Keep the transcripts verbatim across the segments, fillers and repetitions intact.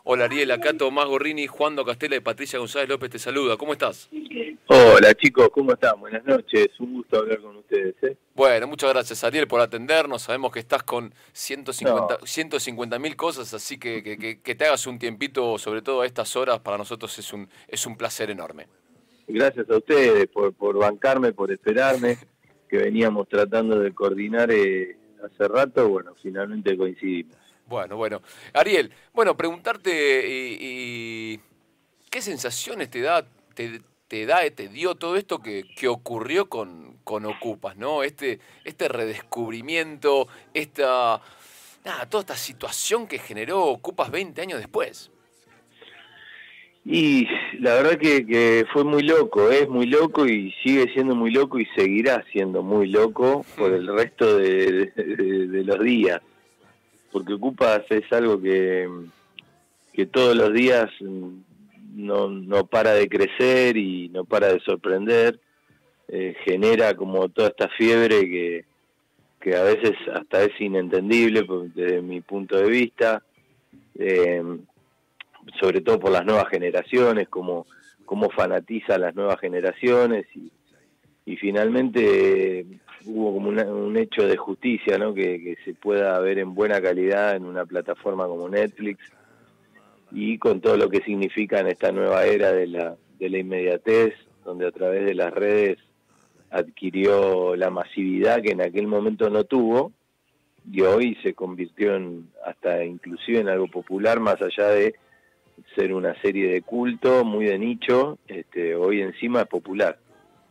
Hola Ariel, acá Tomás Gorrini, Juan Do Castella y Patricia González López te saluda. ¿Cómo estás? Hola chicos, ¿cómo están? Buenas noches, un gusto hablar con ustedes. ¿eh? Bueno, muchas gracias Ariel por atendernos. Sabemos que estás con ciento cincuenta No, mil cosas, así que, que, que, que te hagas un tiempito, sobre todo a estas horas, para nosotros es un, es un placer enorme. gracias a ustedes por, por bancarme, por esperarme, que veníamos tratando de coordinar eh, hace rato, bueno, finalmente coincidimos. Bueno, bueno. Ariel, bueno, preguntarte y, y qué sensaciones te da, te, te da, te dio todo esto que, que ocurrió con, con Ocupas, ¿no? Este, este redescubrimiento, esta, nada, toda esta situación que generó Ocupas veinte años después. Y la verdad que, que fue muy loco, es muy loco y sigue siendo muy loco y seguirá siendo muy loco por Hmm. el resto de, de, de los días, porque Ocupas es algo que, que todos los días no, no para de crecer y no para de sorprender. Eh, genera como toda esta fiebre que, que a veces hasta es inentendible desde mi punto de vista, eh, sobre todo por las nuevas generaciones, como, como fanatiza a las nuevas generaciones y, y finalmente eh, hubo como una, un hecho de justicia, ¿no? que, que se pueda ver en buena calidad en una plataforma como Netflix y con todo lo que significa en esta nueva era de la, de la inmediatez, donde a través de las redes adquirió la masividad que en aquel momento no tuvo y hoy se convirtió en hasta inclusive en algo popular, más allá de ser una serie de culto muy de nicho, este, hoy encima es popular.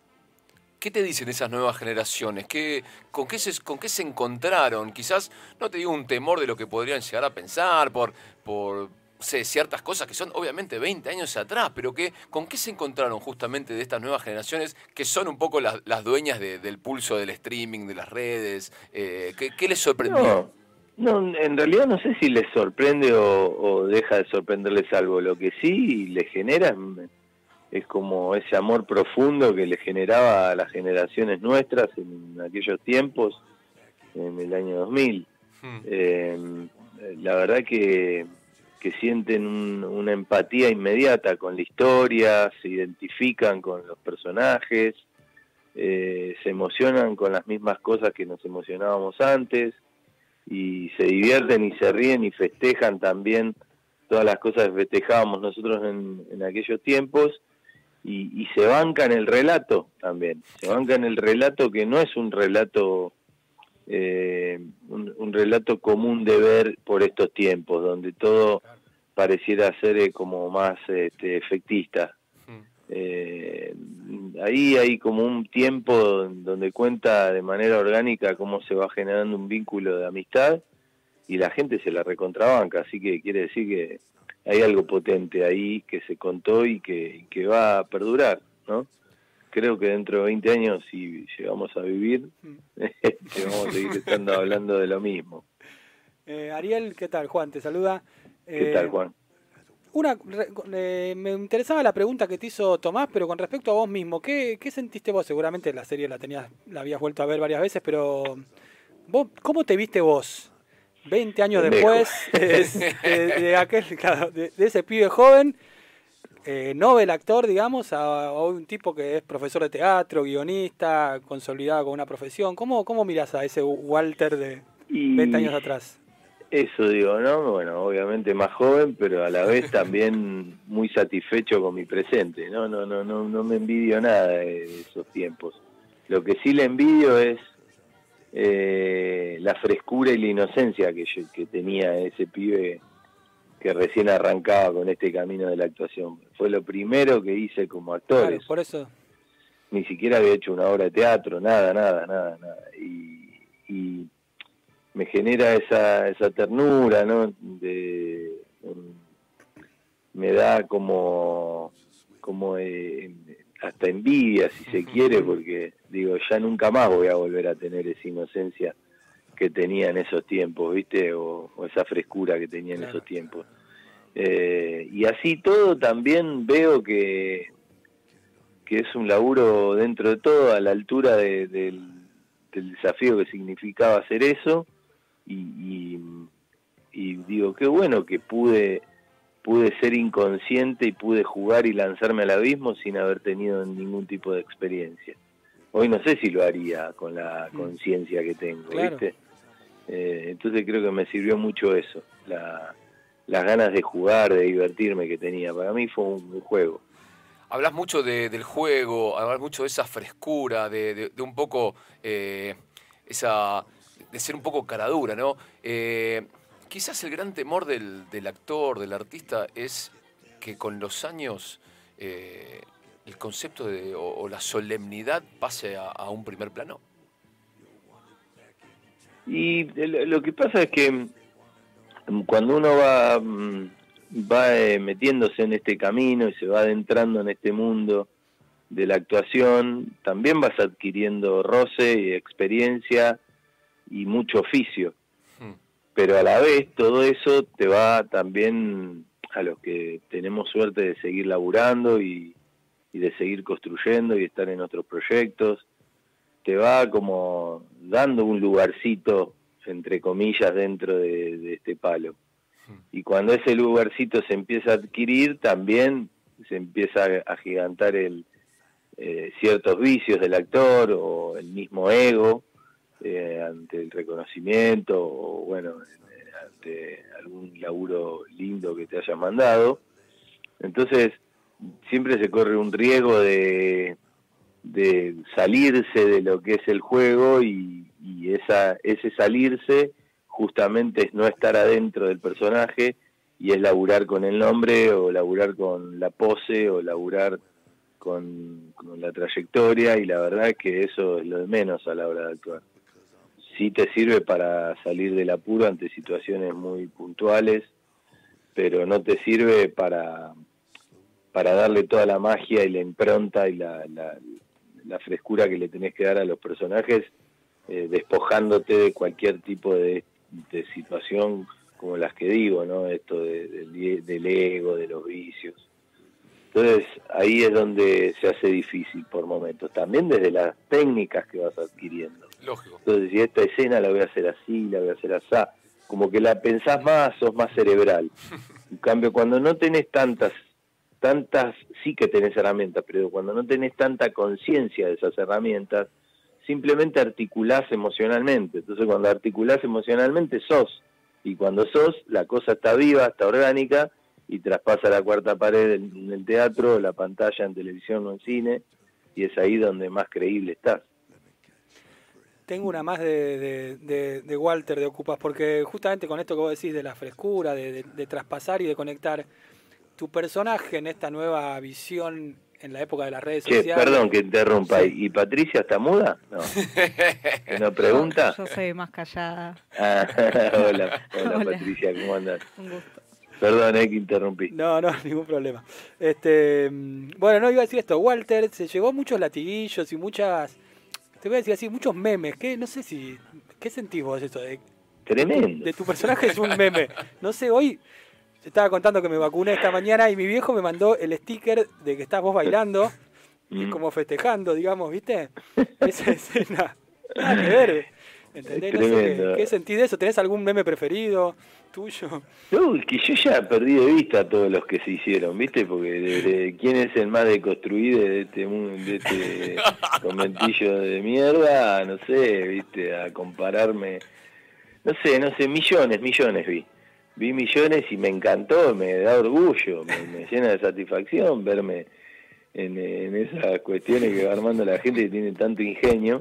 ¿Qué te dicen esas nuevas generaciones? ¿Qué, con, qué se, ¿Con qué se encontraron? Quizás, no te digo un temor de lo que podrían llegar a pensar por, por sé, ciertas cosas que son obviamente veinte años atrás, pero que, ¿con qué se encontraron justamente de estas nuevas generaciones que son un poco las, las dueñas de, del pulso del streaming, de las redes? Eh, ¿qué, ¿Qué les sorprendió? No, no, en realidad no sé si les sorprende o, o deja de sorprenderles algo. Lo que sí les genera es como ese amor profundo que le generaba a las generaciones nuestras en aquellos tiempos, en el año dos mil. Hmm. Eh, la verdad que, que sienten un, una empatía inmediata con la historia, se identifican con los personajes, eh, se emocionan con las mismas cosas que nos emocionábamos antes y se divierten y se ríen y festejan también todas las cosas que festejábamos nosotros en, en aquellos tiempos. Y, y se banca en el relato también, se banca en el relato que no es un relato eh, un, un relato común de ver por estos tiempos, donde todo pareciera ser eh, como más este, efectista. Hmm. Eh, ahí hay como un tiempo donde cuenta de manera orgánica cómo se va generando un vínculo de amistad y la gente se la recontrabanca, así que quiere decir que hay algo potente ahí que se contó y que, y que va a perdurar, ¿no? Creo que dentro de veinte años, si llegamos a vivir, este, vamos a seguir estando hablando de lo mismo. Eh, Ariel, ¿qué tal? Juan, te saluda. ¿Qué tal, Eh, Juan? una, re- eh, me interesaba la pregunta que te hizo Tomás, pero con respecto a vos mismo, ¿qué, qué sentiste vos? Seguramente la serie la tenías, la habías vuelto a ver varias veces, pero vos, ¿cómo te viste vos? Veinte años Pendejo. después, es- de, de aquel, claro, de, de ese pibe joven, eh, Nobel actor, digamos, a, a un tipo que es profesor de teatro, guionista, consolidado con una profesión. ¿Cómo, cómo mirás a ese Walter de veinte Y años atrás? eso digo, ¿no? Bueno, obviamente más joven, pero a la vez también muy satisfecho con mi presente. No, no, no, no, no me envidio nada de esos tiempos. Lo que sí le envidio es eh, la frescura y la inocencia que, yo, que tenía ese pibe que recién arrancaba con este camino de la actuación. Fue lo primero que hice como actor, Claro, eso. por eso. Ni siquiera había hecho una obra de teatro, nada, nada, nada, nada. Y, y me genera esa, esa ternura, ¿no? De, um, me da como, como eh, hasta envidia, si se quiere, porque digo, ya nunca más voy a volver a tener esa inocencia que tenía en esos tiempos, ¿viste? O, o esa frescura que tenía en Claro. esos tiempos. Eh, y así todo también veo que, que es un laburo dentro de todo a la altura de, de, del desafío que significaba hacer eso y, y, y digo, qué bueno que pude pude ser inconsciente y pude jugar y lanzarme al abismo sin haber tenido ningún tipo de experiencia. Hoy no sé si lo haría con la conciencia que tengo, claro. ¿Viste? Eh, entonces creo que me sirvió mucho eso, la, las ganas de jugar, de divertirme que tenía. Para mí fue un, un juego. Hablas mucho de, del juego, hablas mucho de esa frescura, de, de, de un poco eh, esa, de ser un poco caradura, ¿no? Eh, quizás el gran temor del, del actor, del artista, es que con los años eh, el concepto de, o, o la solemnidad pase a, a un primer plano. Y lo que pasa es que cuando uno va, va metiéndose en este camino y se va adentrando en este mundo de la actuación, también vas adquiriendo roce y experiencia y mucho oficio. Pero a la vez todo eso te va también, a los que tenemos suerte de seguir laburando y, y de seguir construyendo y estar en otros proyectos, te va como dando un lugarcito, entre comillas, dentro de, de este palo. Y cuando ese lugarcito se empieza a adquirir, también se empieza a agigantar el, eh, ciertos vicios del actor o el mismo ego, Eh, ante el reconocimiento o bueno, ante algún laburo lindo que te hayan mandado. Entonces siempre se corre un riesgo de, de salirse de lo que es el juego y, y esa, ese salirse justamente es no estar adentro del personaje y es laburar con el nombre o laburar con la pose o laburar con, con la trayectoria, y la verdad es que eso es lo de menos a la hora de actuar. Sí te sirve para salir del apuro ante situaciones muy puntuales, pero no te sirve para, para darle toda la magia y la impronta y la, la, la frescura que le tenés que dar a los personajes, eh, despojándote de cualquier tipo de, de situación como las que digo, ¿no? Esto de, de, del ego, de los vicios. Entonces ahí es donde se hace difícil por momentos, también desde las técnicas que vas adquiriendo. Lógico. Entonces, si esta escena la voy a hacer así, la voy a hacer así, como que la pensás más, sos más cerebral. En cambio, cuando no tenés tantas, tantas, sí que tenés herramientas, pero cuando no tenés tanta conciencia de esas herramientas, simplemente articulás emocionalmente. Entonces, cuando articulás emocionalmente, sos. Y cuando sos, la cosa está viva, está orgánica, y traspasa la cuarta pared en el teatro, la pantalla, en televisión o en cine, y es ahí donde más creíble estás. Tengo una más de, de, de, de Walter, de Ocupas, porque justamente con esto que vos decís de la frescura, de, de, de traspasar y de conectar, tu personaje en esta nueva visión en la época de las redes che, sociales... Perdón que interrumpa, sí. ¿Y Patricia está muda? No. ¿No pregunta? Yo, yo soy más callada. Ah, hola, hola, Hola, Patricia, ¿cómo andas? Un gusto. Perdón, eh, que interrumpí. No, no, ningún problema. Este, bueno, no iba a decir esto. Walter se llevó muchos latiguillos y muchas... Te voy a decir así, muchos memes. ¿Qué? No sé si... ¿Qué sentís vos eso? De, Tremendo. De tu personaje es un meme. No sé, hoy te estaba contando que me vacuné esta mañana y mi viejo me mandó el sticker de que estás vos bailando y como festejando, digamos, ¿viste? Esa escena. Nada que ver. ¿Entendés? No sé, ¿qué, ¿qué sentís de eso? ¿Tenés algún meme preferido tuyo? No, es que yo ya perdí de vista a todos los que se hicieron, ¿viste? Porque de, de, quién es el más deconstruido de este, de este conventillo de mierda, no sé, ¿viste? A compararme, no sé, no sé, millones, millones vi. Vi millones y me encantó, me da orgullo, me, me llena de satisfacción verme en, en esas cuestiones que va armando la gente que tiene tanto ingenio.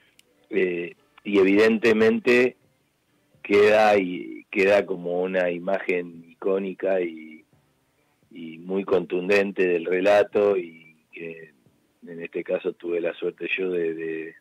Eh, y evidentemente queda y queda como una imagen icónica y, y muy contundente del relato, y que en este caso tuve la suerte yo de, de,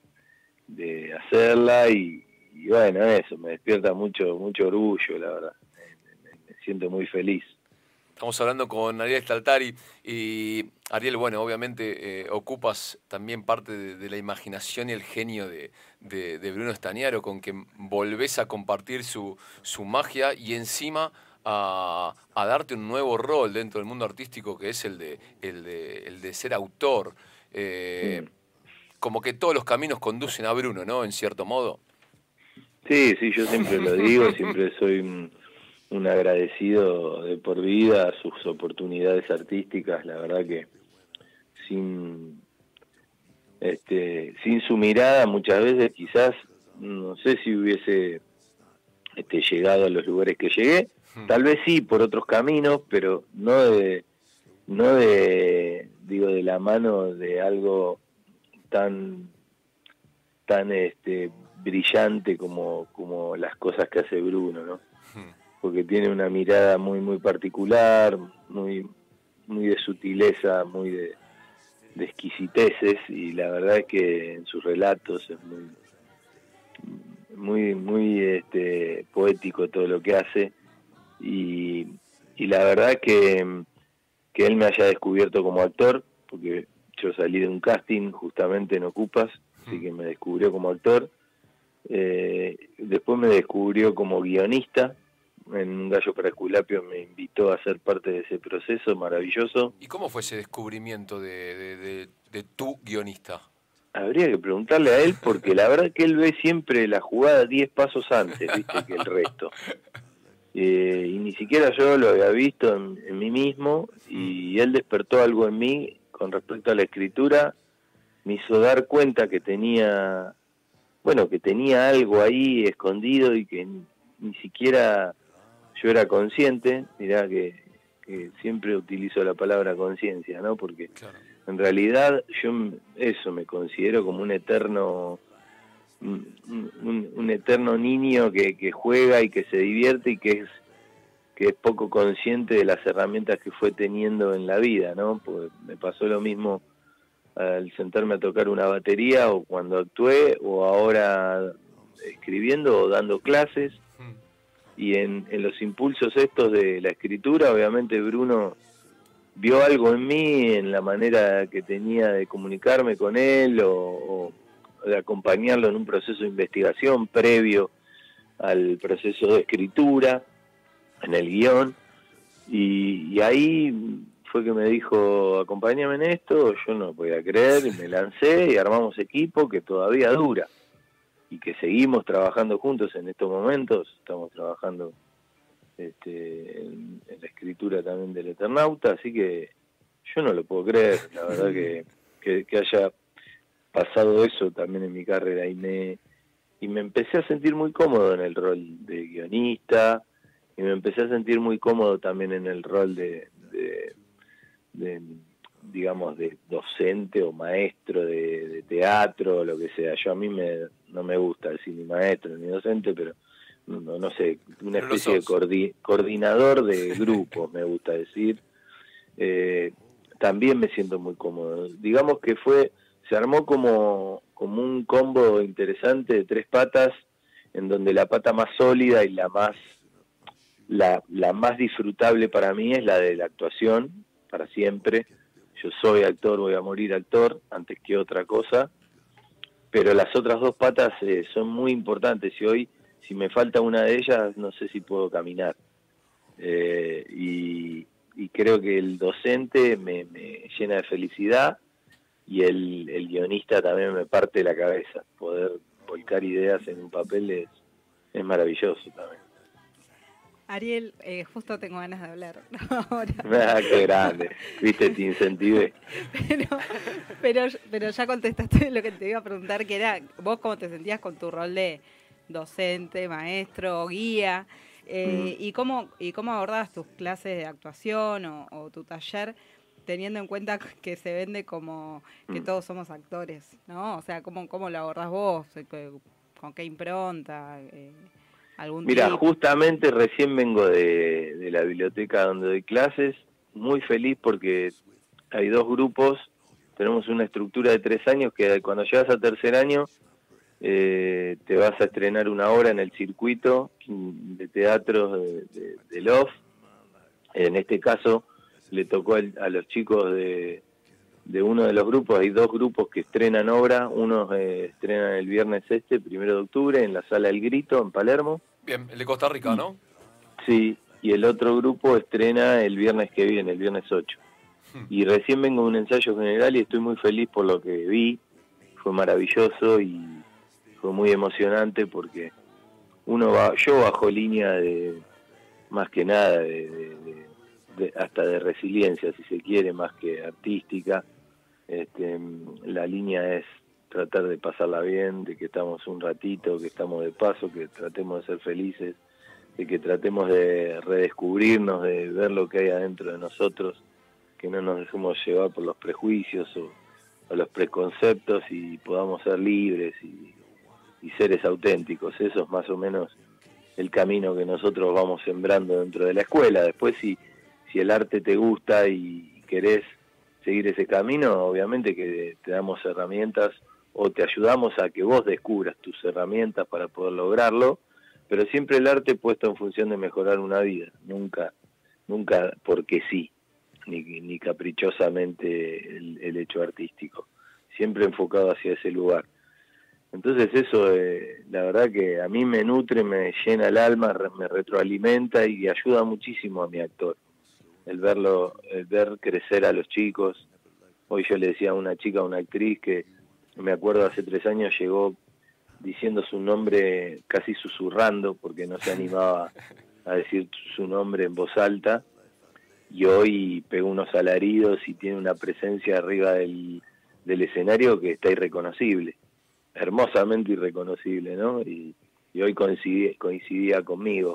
de hacerla y, y bueno, eso me despierta mucho mucho orgullo, la verdad, me, me, me siento muy feliz. Estamos hablando con Ariel Staltari y Ariel, bueno, obviamente eh, ocupas también parte de, de la imaginación y el genio de, de, de Bruno Estañaro, con quien volvés a compartir su, su magia y encima a, a darte un nuevo rol dentro del mundo artístico, que es el de, el de, el de ser autor. Eh, sí. Como que todos los caminos conducen a Bruno, ¿no? En cierto modo. Sí, sí, yo siempre lo digo, siempre soy un... un agradecido de por vida a sus oportunidades artísticas. La verdad que sin este sin su mirada muchas veces quizás no sé si hubiese este, llegado a los lugares que llegué, tal vez sí por otros caminos, pero no de no de digo de la mano de algo tan tan este brillante como como las cosas que hace Bruno, ¿no? Porque tiene una mirada muy muy particular, muy muy de sutileza, muy de, de exquisiteces, y la verdad es que en sus relatos es muy muy muy este poético todo lo que hace, y, y la verdad que que él me haya descubierto como actor, porque yo salí de un casting justamente en Ocupas, así que me descubrió como actor. Eh, después me descubrió como guionista. En Un gallo para Esculapio me invitó a ser parte de ese proceso maravilloso. ¿Y cómo fue ese descubrimiento de, de, de, de tu guionista? Habría que preguntarle a él, porque la verdad que él ve siempre la jugada diez pasos antes, viste, que el resto. Eh, y ni siquiera yo lo había visto en, en mí mismo, y él despertó algo en mí con respecto a la escritura, me hizo dar cuenta que tenía, bueno, que tenía algo ahí escondido y que ni, ni siquiera yo era consciente. Mirá que, que siempre utilizo la palabra conciencia, ¿no? Porque claro, en realidad yo eso me considero como un eterno Un, un, un eterno niño que, que juega y que se divierte y que es que es poco consciente de las herramientas que fue teniendo en la vida, ¿no? Pues me pasó lo mismo al sentarme a tocar una batería, o cuando actué, o ahora escribiendo o dando clases. Y en, en los impulsos estos de la escritura, obviamente Bruno vio algo en mí, en la manera que tenía de comunicarme con él, o, o de acompañarlo en un proceso de investigación previo al proceso de escritura, en el guión, y, y ahí fue que me dijo, acompáñame en esto. Yo no podía creer, y me lancé, y armamos equipo que todavía dura, y que seguimos trabajando juntos en estos momentos. Estamos trabajando este, en, en la escritura también del Eternauta, así que yo no lo puedo creer, la verdad que, que, que haya pasado eso también en mi carrera, y me y me empecé a sentir muy cómodo en el rol de guionista, y me empecé a sentir muy cómodo también en el rol de, de, de digamos, de docente o maestro de, de teatro, o lo que sea. Yo a mí me no me gusta decir ni maestro ni docente, pero no, no sé, una pero especie de coordi, coordinador de grupos, me gusta decir. Eh, también me siento muy cómodo. Digamos que fue se armó como, como un combo interesante de tres patas, en donde la pata más sólida y la más la, la más disfrutable para mí es la de la actuación, para siempre. Yo soy actor, voy a morir actor antes que otra cosa, pero las otras dos patas eh, son muy importantes, y hoy, si me falta una de ellas, no sé si puedo caminar. Eh, y, y creo que el docente me, me llena de felicidad, y el, el guionista también me parte la cabeza. Poder volcar ideas en un papel es, es maravilloso también. Ariel, eh, justo tengo ganas de hablar ahora. Ah, qué grande, viste, te incentivé. Pero, pero, pero ya contestaste lo que te iba a preguntar, que era vos cómo te sentías con tu rol de docente, maestro, guía, eh, mm. y cómo y cómo abordabas tus clases de actuación o, o tu taller, teniendo en cuenta que se vende como que todos somos actores, ¿no? O sea, ¿cómo, cómo lo abordás vos? ¿Con qué impronta? Eh, ¿algún Mira, tip? justamente recién vengo de, de la biblioteca donde doy clases, muy feliz porque hay dos grupos, tenemos una estructura de tres años que cuando llegas al tercer año eh, te vas a estrenar una obra en el circuito de teatros de, de, de L O F. En este caso le tocó a los chicos de, de uno de los grupos, hay dos grupos que estrenan obra, unos eh, estrenan el viernes este, primero de octubre, en la Sala El Grito, en Palermo. Bien, el de Costa Rica, ¿no? Sí, y el otro grupo estrena el viernes que viene, el viernes ocho. Hmm. Y recién vengo de un ensayo general y estoy muy feliz por lo que vi, fue maravilloso y fue muy emocionante porque uno va, yo bajo línea de más que nada de, de, de, de, hasta de resiliencia, si se quiere, más que artística. Este, la línea es tratar de pasarla bien, de que estamos un ratito, que estamos de paso, que tratemos de ser felices, de que tratemos de redescubrirnos, de ver lo que hay adentro de nosotros, que no nos dejemos llevar por los prejuicios o, o los preconceptos y podamos ser libres y, y seres auténticos. Eso es más o menos el camino que nosotros vamos sembrando dentro de la escuela. Después, si, si el arte te gusta y querés seguir ese camino, obviamente que te damos herramientas o te ayudamos a que vos descubras tus herramientas para poder lograrlo, pero siempre el arte puesto en función de mejorar una vida, nunca nunca porque sí, ni, ni caprichosamente el, el hecho artístico, siempre enfocado hacia ese lugar. Entonces eso, eh, la verdad que a mí me nutre, me llena el alma, me retroalimenta y ayuda muchísimo a mi actor, el verlo, el ver crecer a los chicos. Hoy yo le decía a una chica, a una actriz que me acuerdo hace tres años llegó diciendo su nombre casi susurrando porque no se animaba a decir su nombre en voz alta, y hoy pegó unos alaridos y tiene una presencia arriba del, del escenario que está irreconocible, hermosamente irreconocible, ¿no? Y, y hoy coincidía, coincidía conmigo,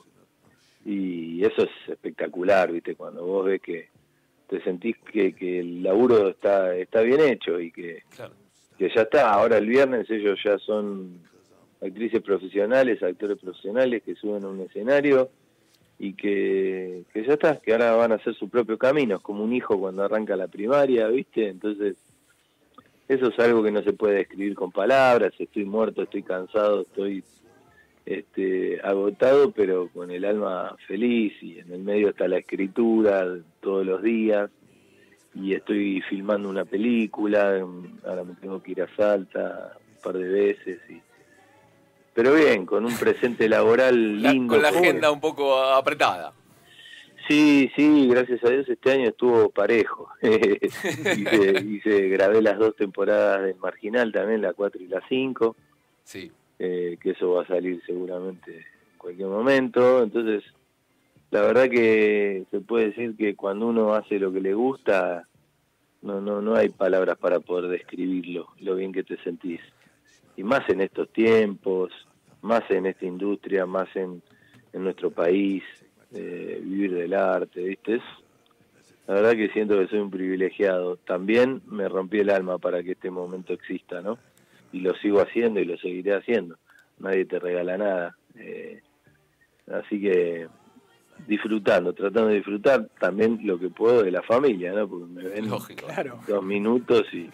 y eso es espectacular, ¿viste? Cuando vos ves que te sentís que, que el laburo está, está bien hecho y que... Claro. Que ya está, ahora el viernes ellos ya son actrices profesionales, actores profesionales que suben a un escenario y que, que ya está, que ahora van a hacer su propio camino, es como un hijo cuando arranca la primaria, ¿viste? Entonces, eso es algo que no se puede describir con palabras. Estoy muerto, estoy cansado, estoy este, agotado, pero con el alma feliz, y en el medio está la escritura todos los días. Y estoy filmando una película, ahora me tengo que ir a Salta un par de veces, y... pero bien, con un presente laboral lindo. La, con la agenda un poco apretada. Sí, sí, gracias a Dios este año estuvo parejo. hice, hice, grabé las dos temporadas del Marginal también, la cuatro y la cinco, sí. eh, que eso va a salir seguramente en cualquier momento. Entonces, la verdad que se puede decir que cuando uno hace lo que le gusta, no no no hay palabras para poder describirlo, lo bien que te sentís. Y más en estos tiempos, más en esta industria, más en, en nuestro país, eh, vivir del arte, ¿viste? Es, la verdad que siento que soy un privilegiado. También me rompí el alma para que este momento exista, ¿no? Y lo sigo haciendo y lo seguiré haciendo. Nadie te regala nada. Eh, así que... disfrutando, tratando de disfrutar también lo que puedo de la familia, ¿no? Porque me ven Lógico, claro. dos minutos y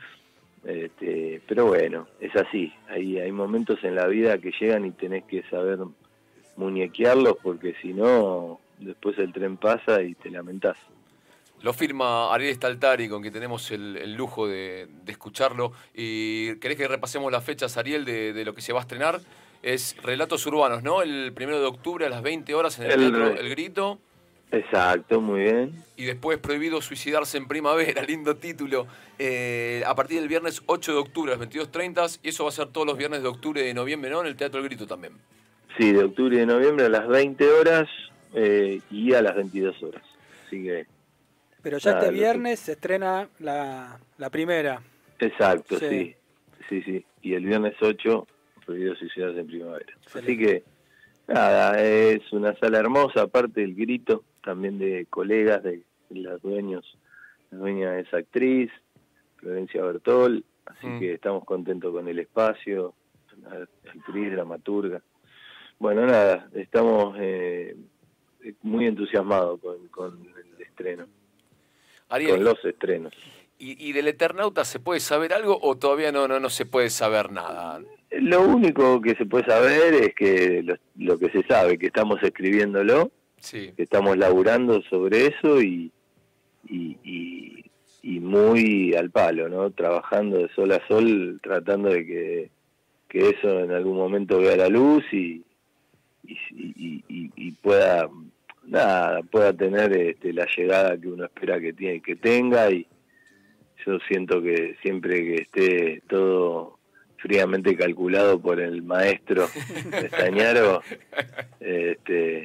este, pero bueno, es así. Hay hay momentos en la vida que llegan y tenés que saber muñequearlos, porque si no, después el tren pasa y te lamentás. Lo firma Ariel Staltari, con quien tenemos el, el lujo de, de escucharlo. ¿Y querés que repasemos las fechas, Ariel, de, de lo que se va a estrenar? Es Relatos Urbanos, ¿no? El primero de octubre a las veinte horas en el, el Teatro El Grito. Exacto, muy bien. Y después Prohibido Suicidarse en Primavera, lindo título. Eh, a partir del viernes ocho de octubre a las veintidós treinta, y eso va a ser todos los viernes de octubre y de noviembre, ¿no? En el Teatro El Grito también. Sí, de octubre y de noviembre a las veinte horas eh, y a las veintidós horas. Así que... Pero ya nada, este viernes que... se estrena la, la primera. Exacto, sí. sí. Sí, sí. Y el viernes ocho, Prohibido Suicidarse en Primavera. Excelente. Así que, nada, es una sala hermosa, aparte del Grito, también de colegas, de, de los dueños. La dueña es actriz, Florencia Bertol, así mm. que estamos contentos con el espacio, la actriz, dramaturga. Bueno, nada, estamos eh, muy entusiasmados con, con el estreno. Ariel, con los estrenos. ¿Y, ¿Y del Eternauta se puede saber algo o todavía no no no se puede saber nada? Lo único que se puede saber es que lo, lo que se sabe, que estamos escribiéndolo, sí. que estamos laburando sobre eso y, y, y, y muy al palo, ¿no? Trabajando de sol a sol, tratando de que, que eso en algún momento vea la luz y, y, y, y, y pueda... nada, pueda tener este, la llegada que uno espera que tiene que tenga, y yo siento que siempre que esté todo fríamente calculado por el maestro Estañaro, este,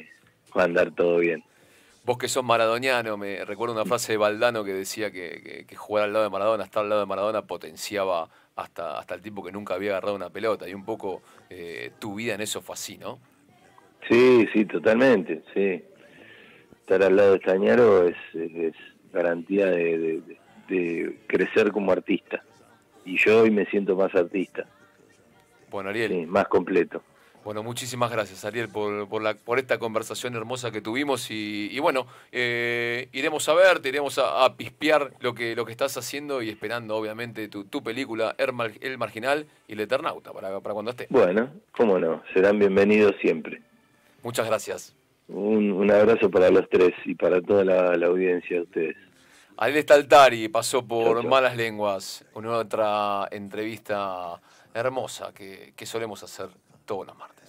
va a andar todo bien. Vos que sos maradoniano, me recuerdo una frase de Valdano que decía que, que, que jugar al lado de Maradona, estar al lado de Maradona potenciaba hasta, hasta el tipo que nunca había agarrado una pelota. Y un poco eh, tu vida en eso fue así, ¿no? Sí, sí, totalmente, sí. Estar al lado de Stañaro es, es garantía de, de, de crecer como artista. Y yo hoy me siento más artista. Bueno, Ariel. Sí, más completo. Bueno, muchísimas gracias, Ariel, por, por, la, por esta conversación hermosa que tuvimos. Y, y bueno, eh, iremos a verte, iremos a, a pispear lo que, lo que estás haciendo y esperando, obviamente, tu, tu película El, Mar, El Marginal y El Eternauta, para, para cuando esté. Bueno, cómo no, serán bienvenidos siempre. Muchas gracias. Un, un abrazo para los tres y para toda la, la audiencia de ustedes. Ariel Staltari pasó por Chau, chau. Malas Lenguas, una otra entrevista hermosa que, que solemos hacer todos los martes.